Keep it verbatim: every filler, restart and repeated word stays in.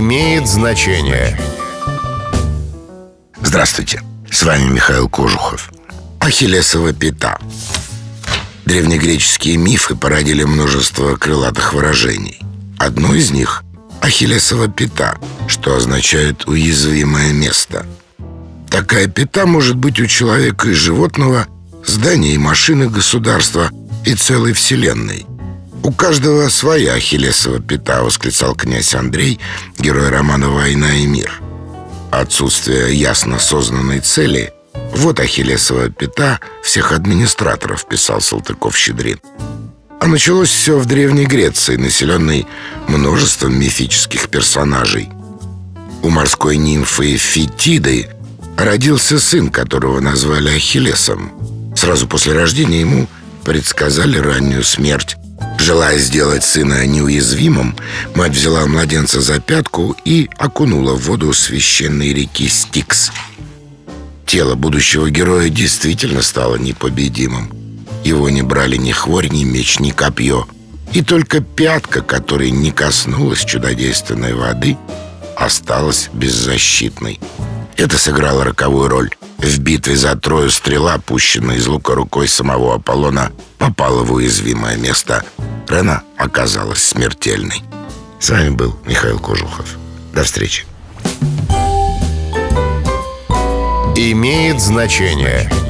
имеет значение. Здравствуйте, с вами Михаил Кожухов. Ахиллесова пята. Древнегреческие мифы породили множество крылатых выражений. Одно из них – Ахиллесова пята, что означает «уязвимое место». Такая пята может быть у человека и животного, здания и машины, государства и целой вселенной. «У каждого своя Ахиллесова пята», — восклицал князь Андрей, герой романа «Война и мир». Отсутствие ясно сознанной цели — вот Ахиллесова пята всех администраторов, писал Салтыков-Щедрин. А началось все в Древней Греции, населенной множеством мифических персонажей. У морской нимфы Фетиды родился сын, которого назвали Ахиллесом. Сразу после рождения ему предсказали раннюю смерть. Желая сделать сына неуязвимым, мать взяла младенца за пятку и окунула в воду священной реки Стикс. Тело будущего героя действительно стало непобедимым. Его не брали ни хворь, ни меч, ни копье. И только пятка, которой не коснулась чудодейственной воды, осталась беззащитной. Это сыграло роковую роль. В битве за Трою стрела, пущенная из лука рукой самого Аполлона, попала в уязвимое место. Рана оказалась смертельной. С вами был Михаил Кожухов. До встречи. Имеет значение.